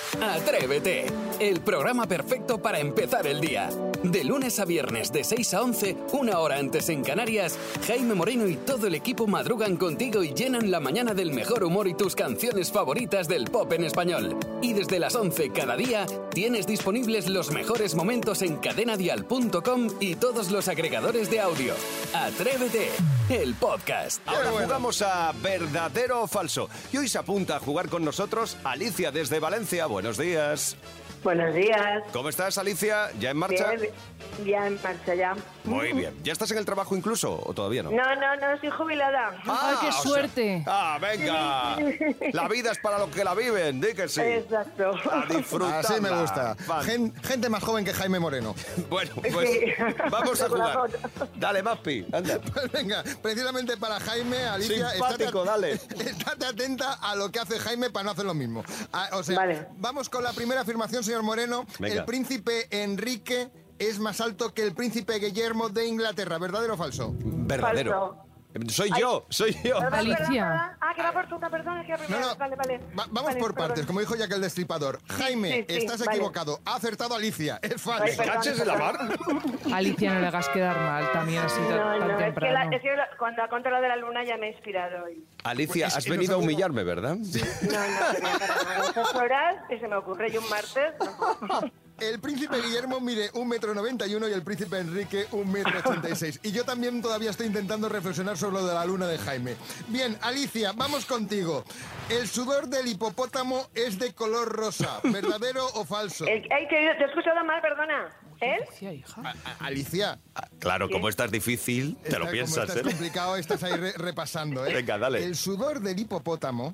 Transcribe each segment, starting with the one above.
Atrévete, el programa perfecto para empezar el día. De lunes a viernes de 6 a 11, una hora antes en Canarias, Jaime Moreno y todo el equipo madrugan contigo y llenan la mañana del mejor humor y tus canciones favoritas del pop en español. Y desde las 11 cada día, tienes disponibles los mejores momentos en cadenadial.com y todos los agregadores de audio. Atrévete, el podcast. Ahora jugamos a verdadero o falso. Y hoy se apunta a jugar con nosotros Alicia desde Valencia. Buenos días. Buenos días. ¿Cómo estás, Alicia? ¿Ya en marcha? Bien, ya en marcha ya. Muy bien. ¿Ya estás en el trabajo incluso o todavía no? No, estoy jubilada. ¡Ay, qué suerte! Venga. La vida es para los que la viven, di que sí. Exacto. A disfrutarla. Así me gusta. Fan. Gente más joven que Jaime Moreno. Bueno, pues Sí. vamos a jugar. Corazón. Dale, Maspi, anda. Pues venga, precisamente para Jaime, Alicia, Simpático, dale. estate atenta a lo que hace Jaime para no hacer lo mismo. Vale. Vamos con la primera afirmación, señor Moreno. Venga. El príncipe Enrique es más alto que el príncipe Guillermo de Inglaterra. ¿Verdadero o falso? Verdadero. Falso. Soy yo. Perdón, Alicia. que va por tu perdón, es que la primera. Vale. Vamos Vale, por perdón. partes, como dijo Jack el Destripador. Jaime, sí, estás vale. equivocado. Ha acertado Alicia. Es falso. Ay, perdón, ¿Caches en la mar? Alicia, no le hagas quedar mal también así tan Es que, temprano. cuando ha contado lo de la luna ya me he inspirado. Alicia, Pues, has venido a humillarme, ¿verdad? No, quería para nada. Esas horas y se me ocurre y un martes. No. El príncipe Guillermo mide 1,91 m y el príncipe Enrique 1,86 m. Y yo también todavía estoy intentando reflexionar sobre lo de la luna de Jaime. Bien, Alicia, vamos contigo. El sudor del hipopótamo es de color rosa. ¿Verdadero o falso? Ay, que te he escuchado mal, perdona. ¿Él? Alicia, hija. Alicia, Claro, como estás difícil, te lo como piensas, estás ¿eh? complicado, estás ahí repasando, ¿eh? Venga, dale. El sudor del hipopótamo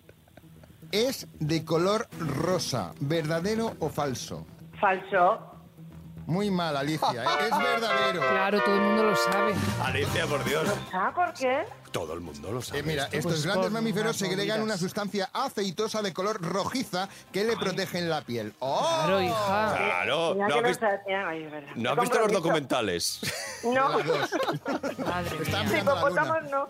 es de color rosa. ¿Verdadero o falso? Falso. Muy mal, Alicia, ¿eh? Es verdadero. Claro, todo el mundo lo sabe. Alicia, por Dios. ¿Ah, por qué? Todo el mundo lo sabe. Mira, esto. estos Pues grandes por mamíferos unas segregan movidas. una sustancia aceitosa de color rojiza que le protege en la piel. ¡Oh! Claro, hija. Claro. Mira ¿No que has no visto, sabía. Ay, es verdad. no has Qué visto los compromiso. documentales? No. Las dos. Madre Están mía. mirando la luna. Hipopótamos no.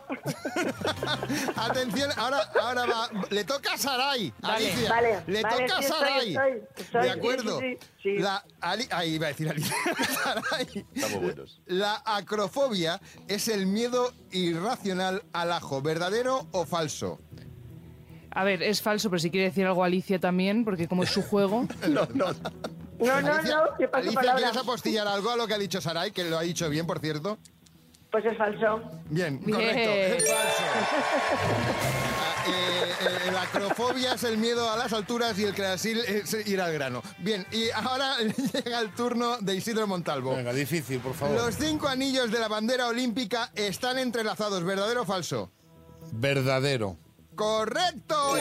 Atención, ahora va. Le toca a Sarai. Dale. Alicia. Vale, Le vale, toca a sí, Sarai. estoy, De acuerdo. sí. Ahí iba a decir Alicia. Sarai. Estamos buenos. La acrofobia es el miedo irracional al ajo. ¿Verdadero o falso? A ver, es falso, pero si quiere decir algo Alicia también, porque como es su juego. No, que paso Alicia, palabra. ¿quieres apostillar algo a lo que ha dicho Sarai? Que lo ha dicho bien, por cierto. Pues es falso. Bien, Bien. correcto, es falso. La acrofobia es el miedo a las alturas y el creasil es ir al grano. Bien, y ahora llega el turno de Isidro Montalvo. Venga, difícil, por favor. Los 5 anillos de la bandera olímpica están entrelazados, ¿verdadero o falso? Verdadero. ¡Correcto!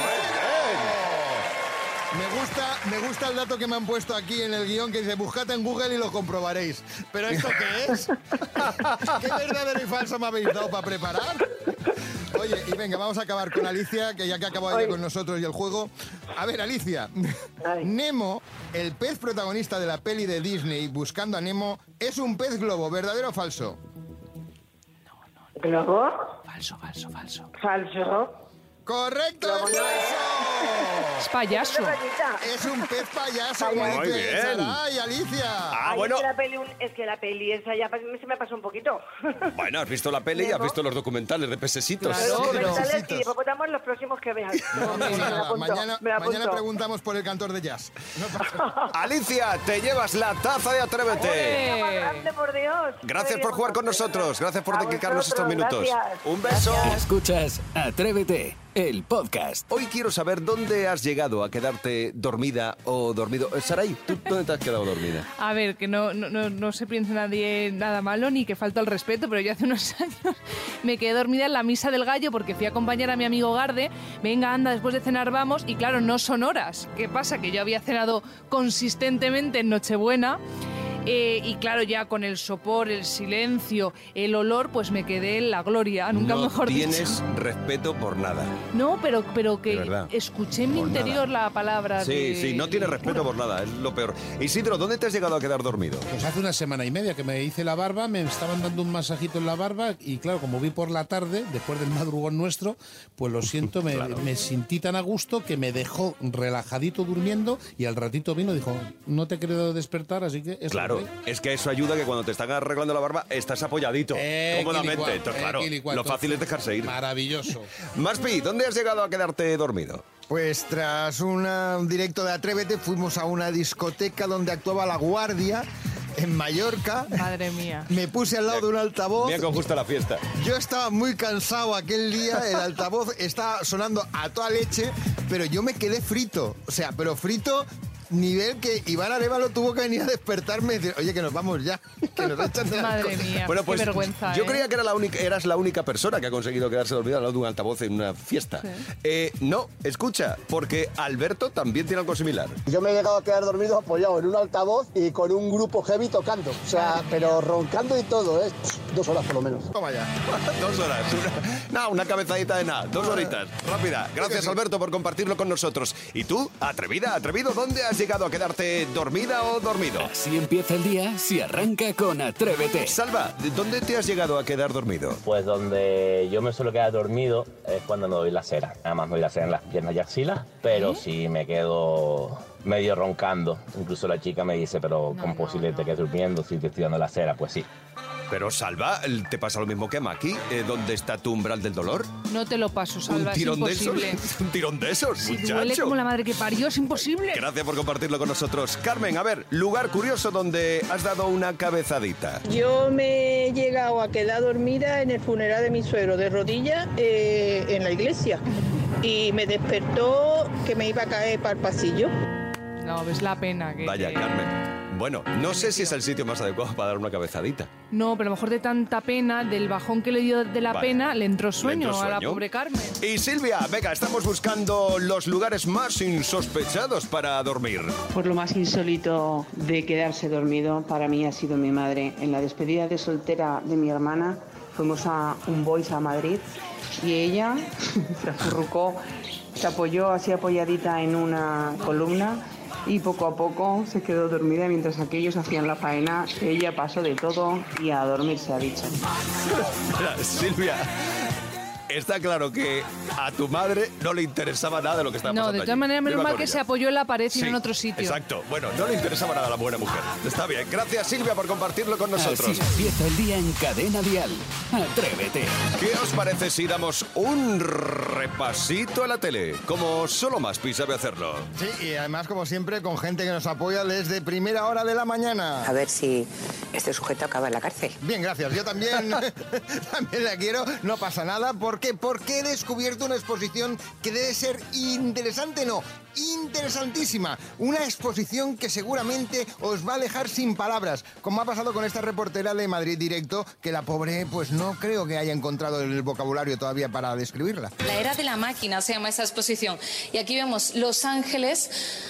Me gusta el dato que me han puesto aquí en el guión que dice buscad en Google y lo comprobaréis. ¿Pero esto qué es? ¿Qué verdadero y falso me habéis dado para preparar? Oye, y venga, vamos a acabar con Alicia, que ya que ha acabado ya con nosotros y el juego. A ver, Alicia, Ay. Nemo, el pez protagonista de la peli de Disney, Buscando a Nemo, es un pez globo, ¿verdadero o falso? ¿Globo? Falso. Falso. ¡Correcto! Globo ¡Es no falso! Es payaso. Es un pez payaso, Payaso. como Muy dice bien. Sarai, Alicia. Ay, Bueno. es que la peli esa ya se me pasó un poquito. Bueno, has visto la peli y has Nemo. visto los documentales de pesesitos. Claro. Los documentales necesitos. y hipopótamos los próximos que veas. No pasa nada. Mañana me la apunto. preguntamos por el cantor de jazz. No pasa nada. Alicia, te llevas la taza de Atrévete. Qué más grande, por Dios. Gracias por jugar con nosotros. Gracias por A dedicarnos estos vosotros, minutos. gracias. Un beso. Escuchas Atrévete, el podcast. Hoy quiero saber dónde has llegado a quedarte dormida o dormido. Sarai, ¿tú dónde te has quedado dormida? A ver, que no se piense nadie nada malo ni que falta el respeto, pero yo hace unos años me quedé dormida en la misa del gallo porque fui a acompañar a mi amigo Garde. Venga, anda, después de cenar vamos. Y claro, no son horas. ¿Qué pasa? Que yo había cenado consistentemente en Nochebuena Y claro, ya con el sopor, el silencio, el olor, pues me quedé en la gloria, nunca mejor dicho. No tienes respeto por nada. No, pero De que verdad. escuché en mi Por interior la palabra Sí, no tienes respeto por nada, es lo peor. Isidro, ¿dónde te has llegado a quedar dormido? Pues hace una semana y media que me hice la barba, me estaban dando un masajito en la barba y claro, como vi por la tarde, después del madrugón nuestro, pues lo siento, me sentí tan a gusto que me dejó relajadito durmiendo y al ratito vino y dijo, no te he querido despertar, así que... es Claro, lo que... es que eso ayuda que cuando te están arreglando la barba estás apoyadito, cómodamente. Entonces, claro, lo fácil es dejarse ir. Maravilloso. Maspi, ¿dónde has llegado a quedarte dormido? Pues tras un directo de Atrévete fuimos a una discoteca donde actuaba La Guardia en Mallorca. Madre mía. Me puse al lado de un altavoz. Mira cómo gusta la fiesta. Yo estaba muy cansado aquel día, el altavoz estaba sonando a toda leche, pero yo me quedé frito. O sea, pero frito nivel que Iván Arévalo tuvo que venir a despertarme y decir, oye, que nos vamos ya, que nos echan de la Madre discoteca. mía, Bueno, pues qué vergüenza, yo creía que eras la única persona que ha conseguido quedarse dormida al lado de un altavoz en una fiesta. No, escucha, porque Alberto también tiene algo similar. Yo me he llegado a quedar dormido apoyado en un altavoz y con un grupo heavy tocando. O sea, pero roncando y todo, ¿eh? 2 horas por lo menos. Toma ya. 2 horas. Una cabezadita de nada. 2 horitas. Rápida. Gracias, Alberto, por compartirlo con nosotros. ¿Y tú, atrevido, dónde has llegado a quedarte dormida o dormido? Así empieza el día si arranca con Atrévete. Salva, ¿dónde te has llegado a quedar dormido? Pues donde yo me suelo quedar dormido es cuando me doy la cera. Además me doy la cera en las piernas y axilas, pero si me quedo medio roncando. Incluso la chica me dice, pero ¿cómo es posible que te quedes durmiendo si te estoy dando la cera? Pues sí. Pero, Salva, ¿te pasa lo mismo que a Maki? ¿Dónde está tu umbral del dolor? No te lo paso, Salva, ¿Un tirón es imposible. de esos? ¿Un tirón de esos, Si muchacho? duele como la madre que parió, es imposible. Gracias por compartirlo con nosotros. Carmen, a ver, lugar curioso donde has dado una cabezadita. Yo me he llegado a quedar dormida en el funeral de mi suegro, de rodillas, en la iglesia. Y me despertó que me iba a caer para el pasillo. No, ves la pena que... Vaya, Carmen. Bueno, no sé si es el sitio más adecuado para dar una cabezadita. No, pero a lo mejor de tanta pena, del bajón que le dio de la Vale. pena, le entró sueño, entró a la sueño. pobre Carmen. Y Silvia, venga, estamos buscando los lugares más insospechados para dormir. Pues lo más insólito de quedarse dormido para mí ha sido mi madre. En la despedida de soltera de mi hermana fuimos a un boys a Madrid y ella se acurrucó, se apoyó así apoyadita en una columna y poco a poco se quedó dormida mientras aquellos hacían la faena. Ella pasó de todo y a dormir se ha dicho. Mira, Silvia, está claro que a tu madre no le interesaba nada de lo que estaba No, pasando de todas allí. maneras, menos Viva mal con que ella. se apoyó en la pared y no Sí, en otro sitio. Exacto. Bueno, no le interesaba nada a la buena mujer. Está bien. Gracias, Silvia, por compartirlo con nosotros. Así empieza el día en Cadena Dial. Atrévete. ¿Qué os parece si damos un repasito a la tele? Como solo Maspi sabe hacerlo. Sí, y además, como siempre, con gente que nos apoya desde primera hora de la mañana. A ver si este sujeto acaba en la cárcel. Bien, gracias. Yo también, también la quiero. No pasa nada. ¿Por qué? Porque he descubierto una exposición que debe ser interesante, no, interesantísima. Una exposición que seguramente os va a dejar sin palabras. Como ha pasado con esta reportera de Madrid Directo, que la pobre, pues no creo que haya encontrado el vocabulario todavía para describirla. La era de la máquina se llama esa exposición. Y aquí vemos Los Ángeles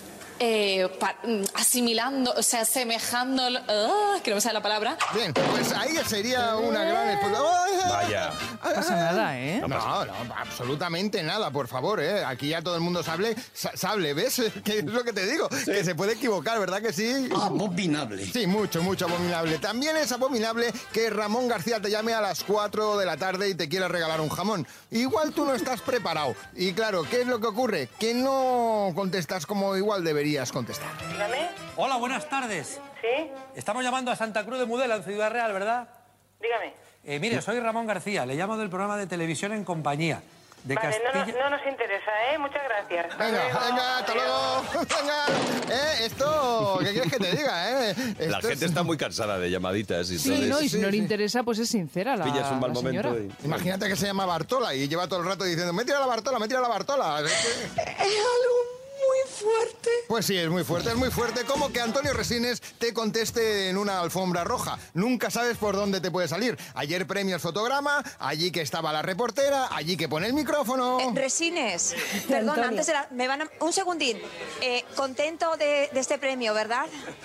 asimilando, o sea, semejando... que no me sale la palabra. Bien, pues ahí sería una gran exposición. Vaya. No pasa nada, ¿eh? No, absolutamente nada, por favor, ¿eh? Aquí ya todo el mundo sabe, ¿ves? Que es lo que te digo, que se puede equivocar, ¿verdad que sí? Abominable. Sí, mucho abominable. También es abominable que Ramón García te llame a las 4 de la tarde y te quiera regalar un jamón. Igual tú no estás preparado. Y claro, ¿qué es lo que ocurre? Que no contestas como igual deberías contestar. Dígame. Hola, buenas tardes. ¿Sí? Estamos llamando a Santa Cruz de Mudela, en Ciudad Real, ¿verdad? Dígame. Mire, soy Ramón García, le llamo del programa de televisión En Compañía. De Vale, Castilla... no nos interesa, ¿eh? Muchas gracias. Venga, hasta luego. Venga, esto, ¿qué quieres que te diga, La gente está muy cansada de llamaditas y Sí, todo ¿no? eso. Y si no le interesa, pues es sincera la Pillas un mal la momento señora. y... Imagínate que se llama Bartola y lleva todo el rato diciendo, me tira la Bartola, me tira la Bartola. Es algo muy fuerte. Pues sí, es muy fuerte, como que Antonio Resines te conteste en una alfombra roja. Nunca sabes por dónde te puede salir. Ayer premios Fotograma, allí que estaba la reportera, allí que pone el micrófono. Resines, perdón, antes era, un segundín. Contento de este premio, ¿verdad?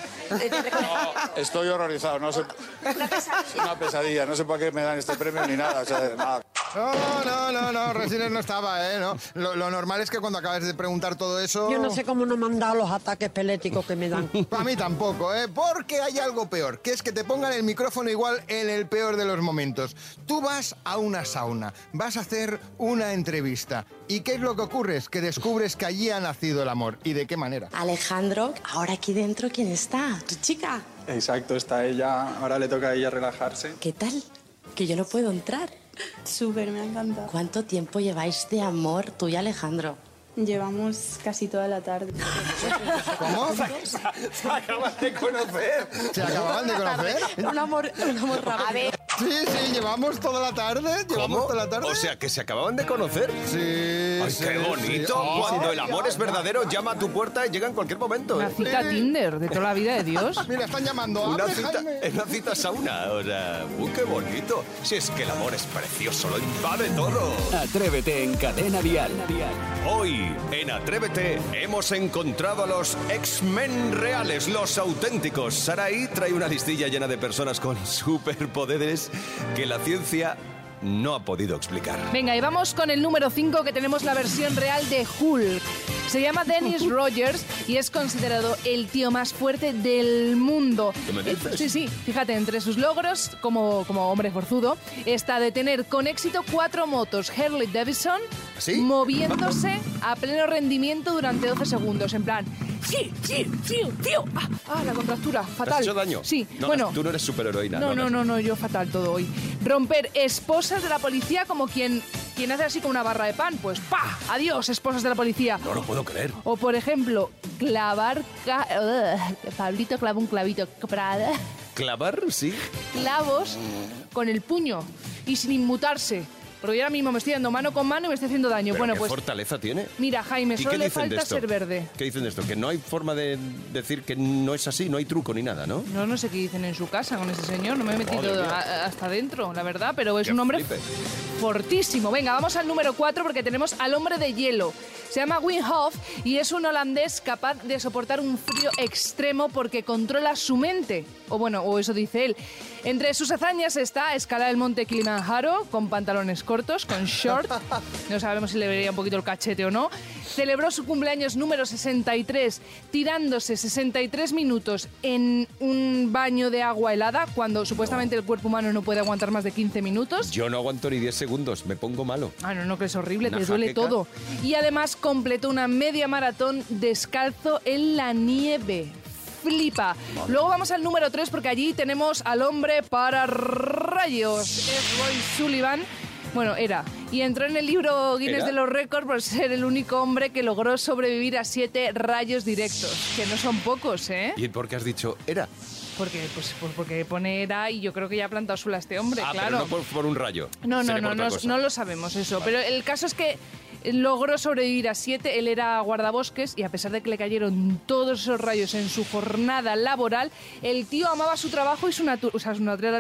Estoy horrorizado, no sé. Es una pesadilla, no sé por qué me dan este premio ni nada, o sea, nada. No, Resines no estaba, ¿eh? ¿No? Lo normal es que cuando acabes de preguntar todo eso... Yo no sé cómo no me han dado los ataques epiléticos que me dan. A mí tampoco, ¿eh? Porque hay algo peor, que es que te pongan el micrófono igual en el peor de los momentos. Tú vas a una sauna, vas a hacer una entrevista. ¿Y qué es lo que ocurre? Es que descubres que allí ha nacido el amor. ¿Y de qué manera? Alejandro, ahora aquí dentro, ¿quién está? ¿Tu chica? Exacto, está ella. Ahora le toca a ella relajarse. ¿Qué tal? Que yo no puedo entrar. Súper, me ha encantado. ¿Cuánto tiempo lleváis de amor tú y Alejandro? Llevamos casi toda la tarde. ¿Cómo? Se acaban de conocer. ¿Se acababan de conocer? Un amor rápido. A ver. Sí, llevamos toda la tarde. ¿Cómo? O sea, que se acababan de conocer. Sí. Ay, qué bonito. Sí. Cuando el amor es verdadero, llama a tu puerta y llega en cualquier momento. Una cita Tinder de toda la vida de Dios. Mira, están llamando. Una cita sauna. O sea, qué bonito. Si es que el amor es precioso, lo invade todo. Atrévete en Cadena Dial. Hoy, en Atrévete, hemos encontrado a los X-Men reales, los auténticos. Sarai trae una listilla llena de personas con superpoderes que la ciencia no ha podido explicar. Venga, y vamos con el número 5, que tenemos la versión real de Hulk. Se llama Dennis Rogers y es considerado el tío más fuerte del mundo. ¿Qué me dices? Sí, fíjate, entre sus logros como hombre forzudo está de tener con éxito 4 motos Harley Davidson moviéndose a pleno rendimiento durante 12 segundos, en plan... la contractura, fatal. ¿Te has hecho daño? Sí, no, bueno... Tú no eres superheroína. No, yo fatal todo hoy. Romper esposas de la policía como quien hace así con una barra de pan, pues ¡pa! ¡Adiós, esposas de la policía! No lo puedo creer. O, por ejemplo, clavar... Pablito clava un clavito. ¿Clavar? Sí. Clavos con el puño y sin inmutarse. Porque yo ahora mismo me estoy dando mano con mano y me estoy haciendo daño. ¿Pero bueno, qué pues fortaleza tiene? Mira, Jaime, ¿Y solo qué le dicen de falta esto? ser verde. ¿Qué dicen de esto? Que no hay forma de decir que no es así, no hay truco ni nada, ¿no? No sé qué dicen en su casa con ese señor. No me he metido Madre mía. hasta adentro, la verdad, pero es Qué un hombre flipe. fortísimo. Venga, vamos al número 4 porque tenemos al hombre de hielo. Se llama Wim Hof y es un holandés capaz de soportar un frío extremo porque controla su mente. O eso dice él. Entre sus hazañas está escalar el monte Kilimanjaro con pantalones cortos, con short. No sabemos si le vería un poquito el cachete o no. Celebró su cumpleaños número 63 tirándose 63 minutos en un baño de agua helada cuando supuestamente el cuerpo humano no puede aguantar más de 15 minutos. Yo no aguanto ni 10 segundos, me pongo malo. No, que es horrible, Una te duele jaqueca. todo. Y además completó una media maratón descalzo en la nieve. Flipa. Luego vamos al número 3 porque allí tenemos al hombre para rayos. Es Roy Sullivan. Bueno, era. Y entró en el libro Guinness ¿Era? de los récords por ser el único hombre que logró sobrevivir a 7 rayos directos. Que no son pocos, ¿eh? ¿Y por qué has dicho era? Porque pone era y yo creo que ya ha plantado suela este hombre, claro. Pero no por un rayo. No Sería por otra cosa. no lo sabemos eso. Pero el caso es que logró sobrevivir a 7, él era guardabosques y a pesar de que le cayeron todos esos rayos en su jornada laboral, el tío amaba su trabajo y su naturaleza,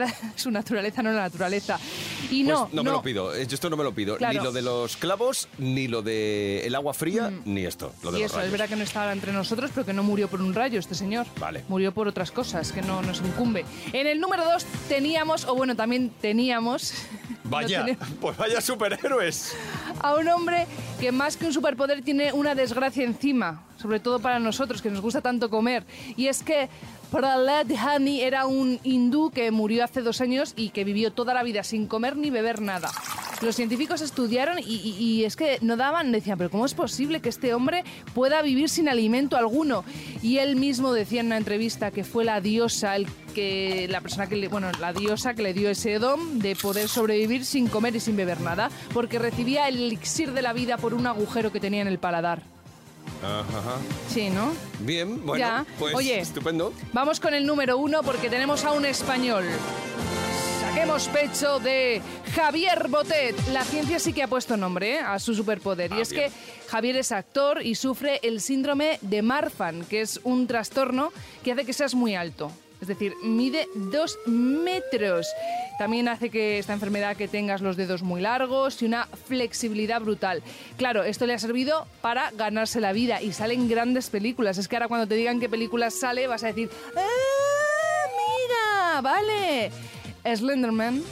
no la naturaleza. Y Pues no me lo pido, esto no me lo pido. Claro. Ni lo de los clavos, ni lo de el agua fría, ni esto, lo de Y los eso, rayos. es verdad que no estaba entre nosotros, pero que no murió por un rayo este señor. Vale. Murió por otras cosas, que no nos incumbe. En el número 2 también teníamos... Vaya, no tenemos- pues vaya superhéroes. a un hombre que más que un superpoder tiene una desgracia encima, sobre todo para nosotros que nos gusta tanto comer. Y es que Prahlad Hani era un hindú que murió hace 2 años y que vivió toda la vida sin comer ni beber nada. Los científicos estudiaron y es que no decían, pero ¿cómo es posible que este hombre pueda vivir sin alimento alguno? Y él mismo decía en una entrevista que fue la diosa, la diosa que le dio ese don de poder sobrevivir sin comer y sin beber nada, porque recibía el elixir de la vida por un agujero que tenía en el paladar. Ajá. Sí, ¿no? Bien, bueno, Ya. pues Oye. estupendo. Vamos con el número 1 porque tenemos a un español. Saquemos pecho de Javier Botet. La ciencia sí que ha puesto nombre a su superpoder. Y es bien. Que Javier es actor y sufre el síndrome de Marfan, que es un trastorno que hace que seas muy alto. Es decir, mide 2 metros. También hace que esta enfermedad que tengas los dedos muy largos y una flexibilidad brutal. Claro, esto le ha servido para ganarse la vida y salen grandes películas. Es que ahora cuando te digan qué películas sale vas a decir ¡ah, mira! ¡Vale! Slenderman,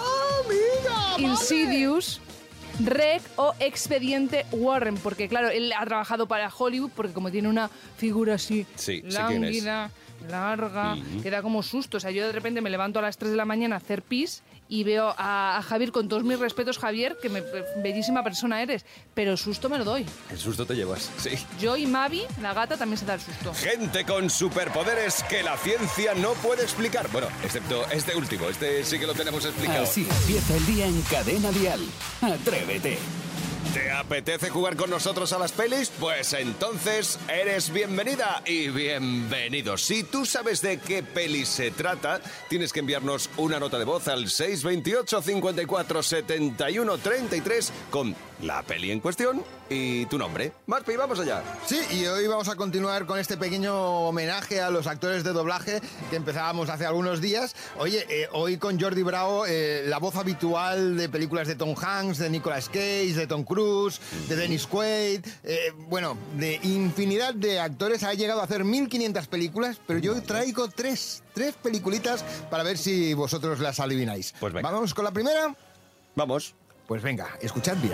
Insidious, Rec o Expediente Warren, porque claro, él ha trabajado para Hollywood porque como tiene una figura así lánguida, larga, que da como susto. O sea, yo de repente me levanto a las 3 de la mañana a hacer pis y veo a Javier, con todos mis respetos, Javier, que bellísima persona eres, pero susto me lo doy. El susto te llevas, sí. Yo y Mavi, la gata, también se da el susto. Gente con superpoderes que la ciencia no puede explicar. Bueno, excepto este último, este sí que lo tenemos explicado. Así empieza el día en Cadena Dial. Atrévete. ¿Te apetece jugar con nosotros a las pelis? Pues entonces eres bienvenida y bienvenido. Si tú sabes de qué peli se trata, tienes que enviarnos una nota de voz al 628 54 71 33 con la peli en cuestión y tu nombre. Maspi, vamos allá. Sí, y hoy vamos a continuar con este pequeño homenaje a los actores de doblaje que empezábamos hace algunos días. Oye, hoy con Jordi Bravo, la voz habitual de películas de Tom Hanks, de Nicolas Cage, de Tom Cruise, de Dennis Quaid, bueno, de infinidad de actores. Ha llegado a hacer 1500 películas, pero yo traigo tres peliculitas para ver si vosotros las adivináis. Pues venga. ¿Vamos con la primera? Vamos. Pues venga, escuchad bien.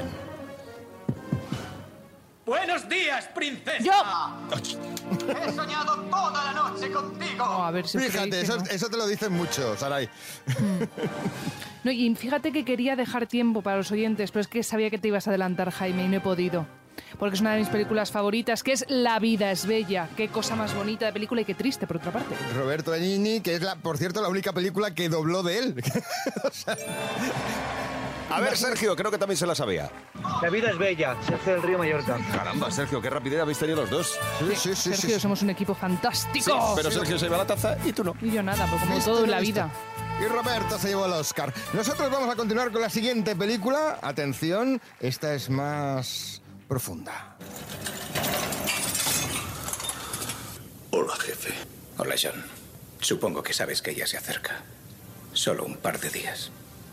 ¡Buenos días, princesa! ¡Yo! ¡He soñado toda la noche contigo! No, a ver si fíjate, eso te lo dicen mucho, Saray. No, y fíjate que quería dejar tiempo para los oyentes, pero es que sabía que te ibas a adelantar, Jaime, y no he podido. Porque es una de mis películas favoritas, que es La vida es bella. Qué cosa más bonita de película y qué triste, por otra parte. Roberto Benigni, que es, por cierto, la única película que dobló de él. O sea, a ver, Sergio, creo que también se la sabía. La vida es bella, Sergio del Río Mallorca. Caramba, Sergio, qué rapidez habéis tenido los dos. Sí. Sergio, somos un equipo fantástico. Sí, pero Sergio se lleva la taza y tú no. Y yo nada, pues como todo en la vida. Y Roberto se llevó el Oscar. Nosotros vamos a continuar con la siguiente película. Atención, esta es más profunda. Hola, jefe. Hola, John. Supongo que sabes que ella se acerca. Solo un par de días.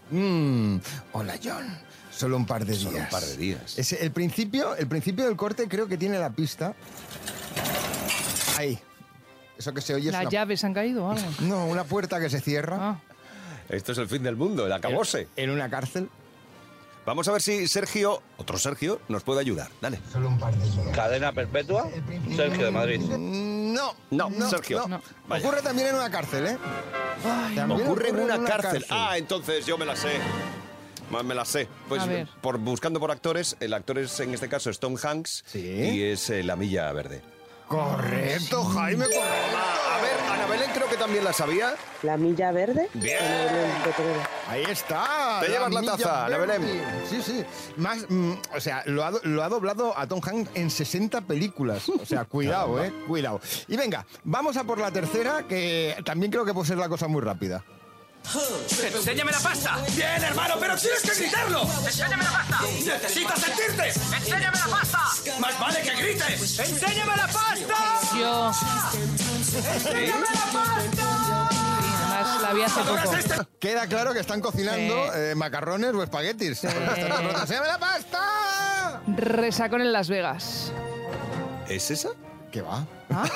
Hola, John. Solo un par de días. Solo un par de días. El principio del corte creo que tiene la pista. Ahí. Eso que se oye es ¿Las llaves han caído o algo? No, una puerta que se cierra. Esto es el fin del mundo, el acabose. En una cárcel. Vamos a ver si Sergio, otro Sergio, nos puede ayudar. Dale. Solo un par de días. Cadena perpetua, Sergio de Madrid. No, Sergio. No. Ocurre también en una cárcel, ¿eh? Ocurre en una cárcel. Ah, entonces yo me la sé. Me la sé. Pues buscando por actores, el actor es, en este caso es Tom Hanks y es La milla verde. Correcto, Jaime, correcto. A ver, Ana Belén creo que también la sabía. ¿La milla verde? Bien. Ahí está. Te llevas la taza, Ana Belén. Sí. Más, o sea, lo ha doblado a Tom Hanks en 60 películas. O sea, cuidado, cuidado. Y venga, vamos a por la tercera, que también creo que puede ser la cosa muy rápida. ¡Enséñame la pasta! ¡Bien, hermano, pero tienes que gritarlo! ¡Enséñame la pasta! ¡Necesito sentirte! ¡Enséñame la pasta! ¡Más vale que grites! ¡Enséñame la pasta! Yo. ¡Enséñame la pasta! Además, la vi hace poco. Queda claro que están cocinando macarrones o espaguetis. ¡Enséñame la pasta! Resacón en Las Vegas. ¿Es esa? ¿Qué va?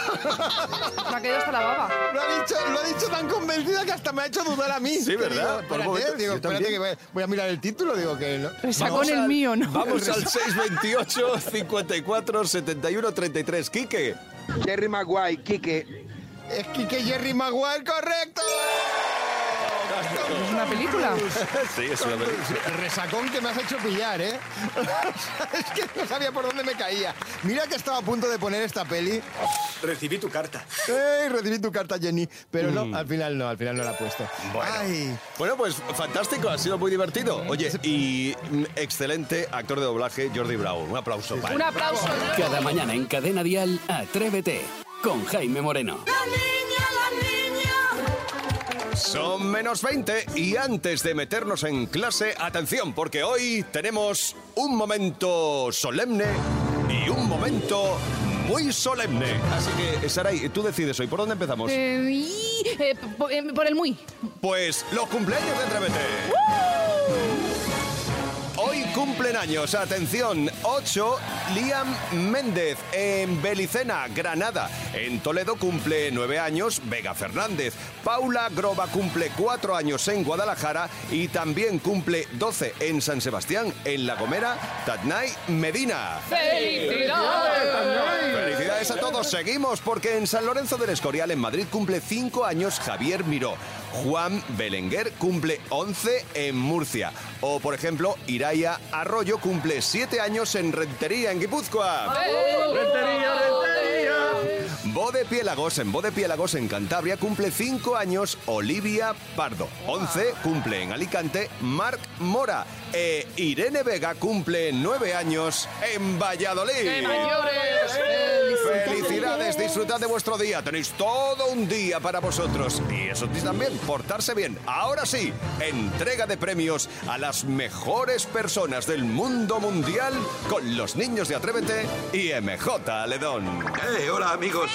Me ha caído hasta la baba. Lo ha dicho tan convencida que hasta me ha hecho dudar a mí. Sí, ¿verdad? Espérate que voy a mirar el título, digo que no. Resacón el mío, ¿no? Vamos al 628 54 71 33. Quique. Jerry Maguire, Quique. Es Quique Jerry Maguire, correcto. ¿Es una película? Sí, es una película. El resacón que me has hecho pillar, ¿eh? Es que no sabía por dónde me caía. Mira que estaba a punto de poner esta peli. Recibí tu carta. Recibí tu carta, Jenny. Pero no, al final no la he puesto. Bueno, pues fantástico, ha sido muy divertido. Oye, y excelente actor de doblaje, Jordi Bravo. Un aplauso para él. Un aplauso. Cada mañana en Cadena Dial, Atrévete, con Jaime Moreno. Son menos 20 y antes de meternos en clase, atención, porque hoy tenemos un momento solemne y un momento muy solemne. Así que, Saray, tú decides hoy. ¿Por dónde empezamos? Por el muy. Pues los cumpleaños de Atrévete. Hoy cumplen años, atención, 8, Liam Méndez en Belicena, Granada. En Toledo cumple 9 años, Vega Fernández. Paula Groba cumple 4 años en Guadalajara y también cumple 12 en San Sebastián. En La Gomera, Tatnay Medina. ¡Felicidades! Felicidades a todos. Seguimos porque en San Lorenzo del Escorial, en Madrid, cumple 5 años Javier Miró. Juan Belenguer cumple 11 en Murcia. O, por ejemplo, Iraya Arroyo cumple 7 años en Rentería, en Guipúzcoa. ¡Rentería! Bode Piélagos, en Cantabria, cumple 5 años Olivia Pardo. 11 cumple en Alicante Marc Mora. Irene Vega cumple 9 años en Valladolid. ¡Qué mayores! ¡Felicidades! Disfrutad de vuestro día. Tenéis todo un día para vosotros. Y eso también, portarse bien. Ahora sí, entrega de premios a las mejores personas del mundo mundial con los niños de Atrévete y MJ Ledón. Hola, amigos.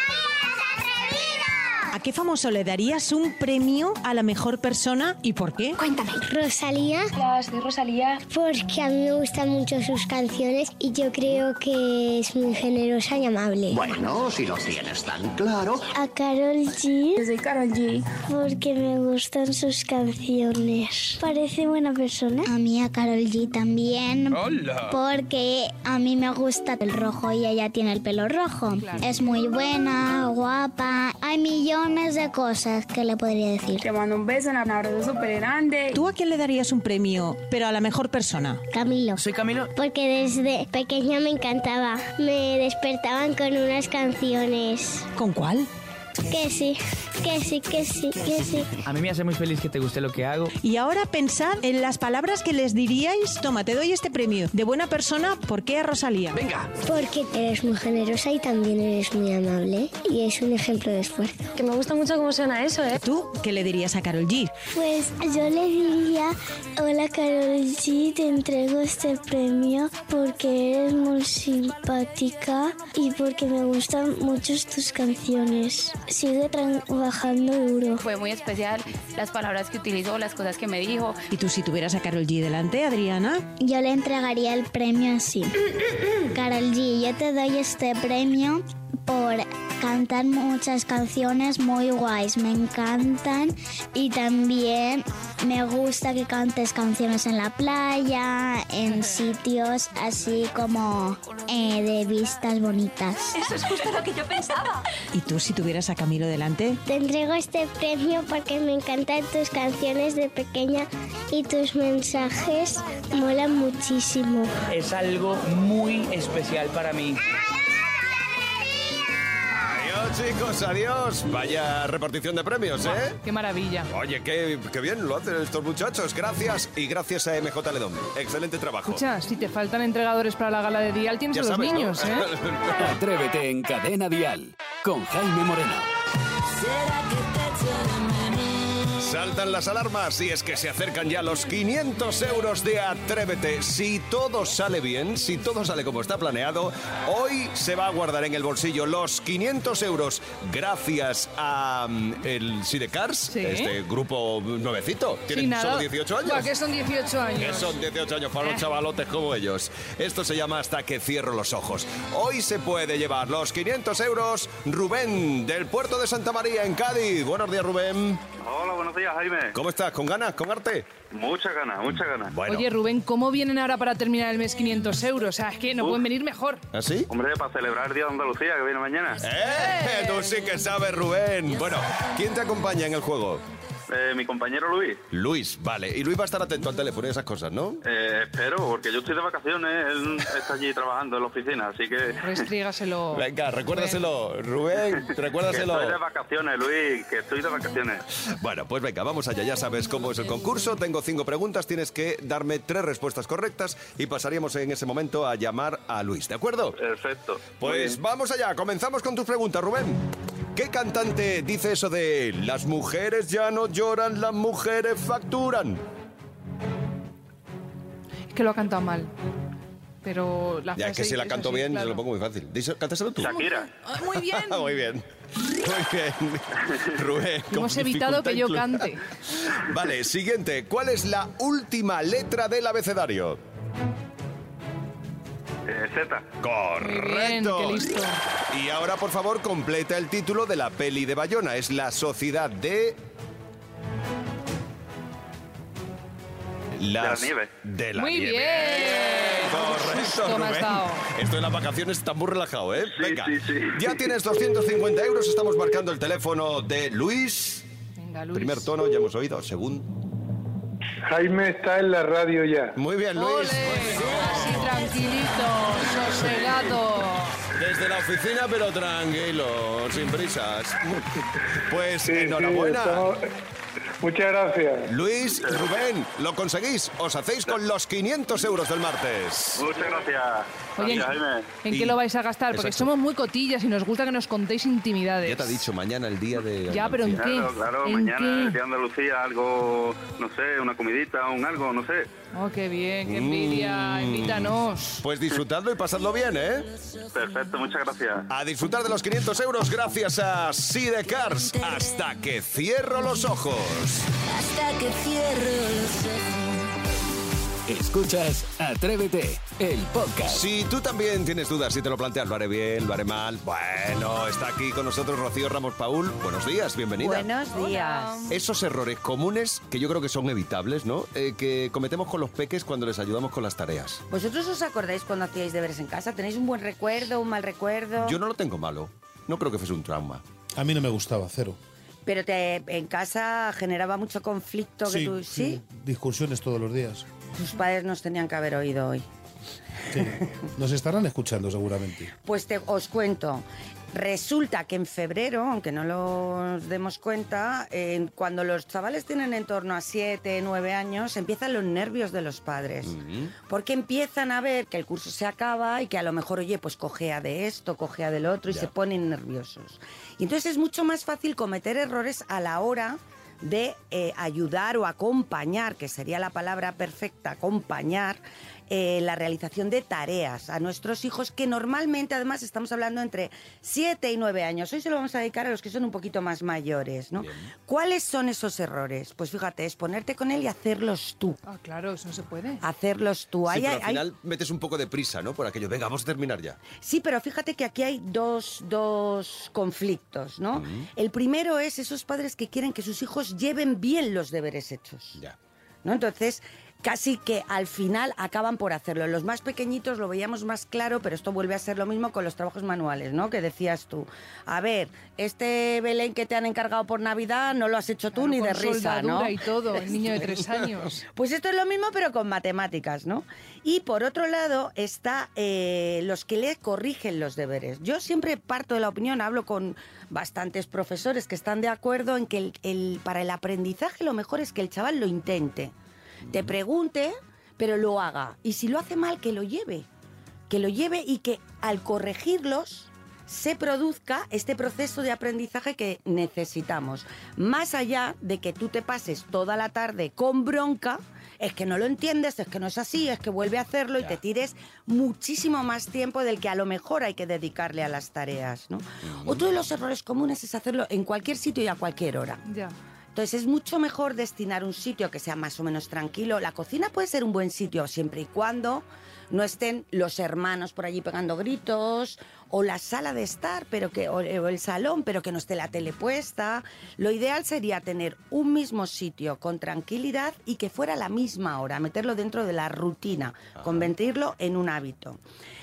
¿A qué famoso le darías un premio a la mejor persona y por qué? Cuéntame. Rosalía. Las de Rosalía. Porque a mí me gustan mucho sus canciones y yo creo que es muy generosa y amable. Bueno, si lo tienes tan claro. A Karol G. Yo soy Karol G. Porque me gustan sus canciones. Parece buena persona. A mí a Karol G también. ¡Hola! Porque a mí me gusta el rojo y ella tiene el pelo rojo. Claro. Es muy buena, guapa. Hay millones de cosas que le podría decir. Te mando un beso, un abrazo súper grande. ¿Tú a quién le darías un premio, pero a la mejor persona? Camilo. ¿Soy Camilo? Porque desde pequeña me encantaba. Me despertaban con unas canciones. ¿Con cuál? Que sí, que sí, que sí, que sí. A mí me hace muy feliz que te guste lo que hago. Y ahora pensad en las palabras que les diríais. Toma, te doy este premio. De buena persona, ¿por qué a Rosalía? Venga. Porque eres muy generosa y también eres muy amable. Y es un ejemplo de esfuerzo. Que me gusta mucho cómo suena eso, ¿eh? ¿Tú qué le dirías a Karol G? Pues yo le diría, hola Karol G, te entrego este premio porque eres muy simpática y porque me gustan mucho tus canciones. Sigue trabajando duro. Fue muy especial las palabras que utilizó, las cosas que me dijo. ¿Y tú si tuvieras a Karol G delante, Adriana? Yo le entregaría el premio así. Karol G, yo te doy este premio por cantar muchas canciones muy guays, me encantan y también me gusta que cantes canciones en la playa, en sitios así como de vistas bonitas. Eso es justo lo que yo pensaba. ¿Y tú si tuvieras a Camilo delante? Te entrego este premio porque me encantan tus canciones de pequeña y tus mensajes molan muchísimo. Es algo muy especial para mí. Adiós, chicos, adiós. Vaya repartición de premios, ¿eh? ¡Qué maravilla! Oye, qué bien lo hacen estos muchachos. Gracias y gracias a MJ Ledón. Excelente trabajo. Escucha, si te faltan entregadores para la gala de Dial, tienes Ya a los sabes, ¿no? niños, ¿eh? Atrévete en Cadena Dial con Jaime Moreno. Saltan las alarmas y es que se acercan ya los 500 euros de Atrévete. Si todo sale bien, si todo sale como está planeado, hoy se va a guardar en el bolsillo los 500 euros gracias a el Sidecars, Sí. este grupo nuevecito. Tienen Sí, nada. solo 18 años. Buah, que son 18 años. Que son 18 años para los chavalotes como ellos. Esto se llama Hasta que cierro los ojos. Hoy se puede llevar los 500 euros Rubén, del puerto de Santa María, en Cádiz. Buenos días, Rubén. Hola, buenos días, Jaime. ¿Cómo estás? ¿Con ganas? ¿Con arte? Muchas ganas, muchas ganas. Bueno. Oye, Rubén, ¿cómo vienen ahora para terminar el mes 500 euros? O sea, es que no pueden venir mejor. ¿Ah, sí? Hombre, para celebrar el Día de Andalucía, que viene mañana. Tú sí que sabes, Rubén. Bueno, ¿quién te acompaña en el juego? Mi compañero Luis. Luis, vale. Y Luis va a estar atento al teléfono y esas cosas, ¿no? Espero, porque yo estoy de vacaciones, él está allí trabajando en la oficina, así que... Restrígaselo. Venga, recuérdaselo, Rubén, recuérdaselo. Que estoy de vacaciones, Luis, que estoy de vacaciones. Bueno, pues venga, vamos allá. Ya sabes cómo es el concurso. Tengo 5 preguntas, tienes que darme 3 respuestas correctas y pasaríamos en ese momento a llamar a Luis, ¿de acuerdo? Perfecto. Pues vamos allá, comenzamos con tus preguntas, Rubén. ¿Qué cantante dice eso de las mujeres ya no lloran, las mujeres facturan? Es que lo ha cantado mal. Pero la Ya es que si la es canto así, bien, claro. se lo pongo muy fácil. Cántaselo tú. Shakira. Muy bien. Muy bien. Muy bien. Rubén, con Hemos evitado dificultad que yo incluida. cante. Vale, siguiente. ¿Cuál es la última letra del abecedario? Z. Correcto. Bien, qué listo. Y ahora, por favor, completa el título de la peli de Bayona. Es La Sociedad de... la nieve. De la Muy nieve. bien. Correcto, Justo me has Rubén. dado. Esto en las vacaciones está muy relajado, ¿eh? Sí, Venga, sí, sí. ya tienes 250 euros. Estamos marcando el teléfono de Luis. Venga, Luis. Primer tono, ya hemos oído. Segundo. Jaime está en la radio ya. Muy bien, Luis. Ole, así tranquilito, sosegado. Desde la oficina, pero tranquilo, sin prisas. Pues Sí, enhorabuena. sí, muchas gracias. Luis, Rubén, lo conseguís. Os hacéis con los 500 euros del martes. Muchas gracias. Oye, Gracias, Jaime. ¿en Y- qué lo vais a gastar? Porque Exacto. somos muy cotillas y nos gusta que nos contéis intimidades. Ya te ha dicho, mañana el día de... Ya, pero ¿en qué? Claro, claro, ¿En mañana qué? el día de Andalucía, algo, no sé, una comidita, un algo, no sé. Oh, qué bien, qué envidia. Invítanos. Pues disfrutadlo y pasadlo bien, ¿eh? Perfecto, muchas gracias. A disfrutar de los 500 euros gracias a Sidecars. Hasta que cierro los ojos. Hasta que cierro los ojos. Escuchas Atrévete, el podcast. Si tú también tienes dudas, si te lo planteas, lo haré bien, lo haré mal. Bueno, está aquí con nosotros Rocío Ramos Paul. Buenos días, bienvenida. Buenos días. Esos errores comunes que yo creo que son evitables, ¿no? Que cometemos con los peques cuando les ayudamos con las tareas. ¿Vosotros os acordáis cuando hacíais deberes en casa? ¿Tenéis un buen recuerdo, un mal recuerdo? Yo no lo tengo malo. No creo que fuese un trauma. A mí no me gustaba, cero. Pero en casa generaba mucho conflicto que tú... ¿Sí? Discusiones todos los días. Tus padres nos tenían que haber oído hoy. Sí. Nos estarán escuchando seguramente. Pues os cuento. Resulta que en febrero, aunque no nos demos cuenta, cuando los chavales tienen en torno a 7, 9 años, empiezan los nervios de los padres. Porque empiezan a ver que el curso se acaba y que a lo mejor, oye, pues cojea de esto, cojea del otro y se ponen nerviosos. Y entonces es mucho más fácil cometer errores a la hora de ayudar o acompañar, que sería la palabra perfecta, acompañar la realización de tareas a nuestros hijos, que normalmente, además, estamos hablando entre 7 y 9 años. Hoy se lo vamos a dedicar a los que son un poquito más mayores, ¿no? ¿Cuáles son esos errores? Pues fíjate, es ponerte con él y hacerlos tú. Ah, claro, eso no se puede. Hacerlos tú. Sí, pero al final metes un poco de prisa, ¿no? Por aquello, venga, vamos a terminar ya. Sí, pero fíjate que aquí hay dos conflictos, ¿no? El primero es esos padres que quieren que sus hijos lleven bien los deberes hechos. Ya. ¿No? Entonces, casi que al final acaban por hacerlo. Los más pequeñitos lo veíamos más claro, pero esto vuelve a ser lo mismo con los trabajos manuales, ¿no? Que decías tú, a ver, este Belén que te han encargado por Navidad no lo has hecho tú ni de risa, ¿no? Y todo, el niño de 3 años. Pues esto es lo mismo, pero con matemáticas, ¿no? Y por otro lado está los que le corrigen los deberes. Yo siempre parto de la opinión, hablo con bastantes profesores que están de acuerdo en que para el aprendizaje lo mejor es que el chaval lo intente. Te pregunte, pero lo haga. Y si lo hace mal, que lo lleve. Que lo lleve y que al corregirlos se produzca este proceso de aprendizaje que necesitamos. Más allá de que tú te pases toda la tarde con bronca, es que no lo entiendes, es que no es así, es que vuelve a hacerlo y te tires muchísimo más tiempo del que a lo mejor hay que dedicarle a las tareas, ¿no? Otro de los errores comunes es hacerlo en cualquier sitio y a cualquier hora. Ya. Entonces es mucho mejor destinar un sitio que sea más o menos tranquilo. La cocina puede ser un buen sitio siempre y cuando no estén los hermanos por allí pegando gritos, o la sala de estar, o el salón, pero que no esté la tele puesta. Lo ideal sería tener un mismo sitio con tranquilidad y que fuera a la misma hora, meterlo dentro de la rutina, convertirlo en un hábito.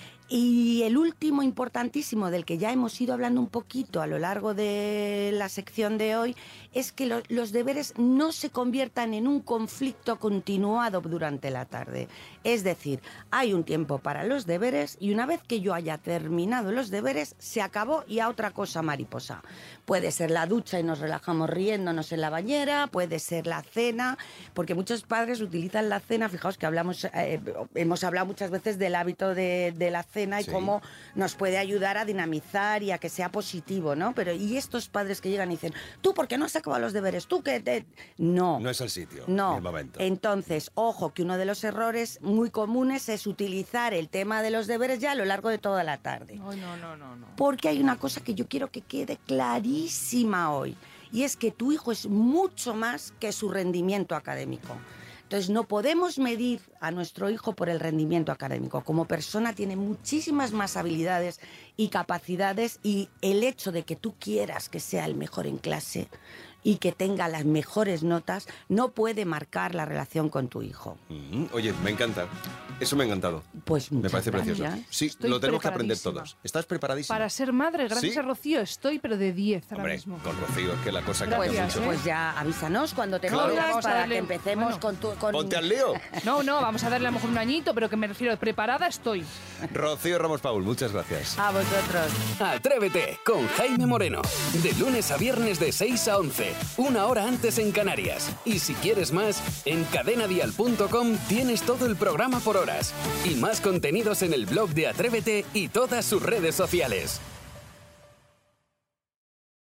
Y el último importantísimo, del que ya hemos ido hablando un poquito a lo largo de la sección de hoy, es que los deberes no se conviertan en un conflicto continuado durante la tarde. Es decir, hay un tiempo para los deberes y una vez que yo haya terminado los deberes, se acabó y a otra cosa mariposa. Puede ser la ducha y nos relajamos riéndonos en la bañera, puede ser la cena, porque muchos padres utilizan la cena, fijaos que hemos hablado muchas veces del hábito de la cena, cena y Sí. cómo nos puede ayudar a dinamizar y a que sea positivo, ¿no? Pero y estos padres que llegan y dicen, tú, ¿por qué no has acabado los deberes? Tú, que te... No. No es el sitio, No. ni el momento. Entonces, ojo, que uno de los errores muy comunes es utilizar el tema de los deberes ya a lo largo de toda la tarde. Ay, no. Porque hay una cosa que yo quiero que quede clarísima hoy, y es que tu hijo es mucho más que su rendimiento académico. Entonces, no podemos medir a nuestro hijo por el rendimiento académico. Como persona tiene muchísimas más habilidades y capacidades, y el hecho de que tú quieras que sea el mejor en clase y que tenga las mejores notas no puede marcar la relación con tu hijo. Oye, me encanta. Eso me ha encantado. Pues me parece precioso. gracias. Sí, Estoy lo tenemos que aprender preparadísima. todos. ¿Estás preparadísima? Para ser madre, gracias ¿Sí? a Rocío, estoy pero de 10 ahora Hombre, mismo. con Rocío, es que la cosa Pues, cambia mucho. pues ya avísanos cuando te Claro. pongas Vamos a para darle- que empecemos bueno. con tu... Con... Ponte al lío. No, vamos a darle a lo mejor un añito, pero que me refiero, preparada estoy. Rocío Ramos Paul, muchas gracias. A vosotros. Atrévete con Jaime Moreno. De lunes a viernes de 6 a 11, una hora antes en Canarias. Y si quieres más, en cadenadial.com tienes todo el programa por horas. Y más contenidos en el blog de Atrévete y todas sus redes sociales.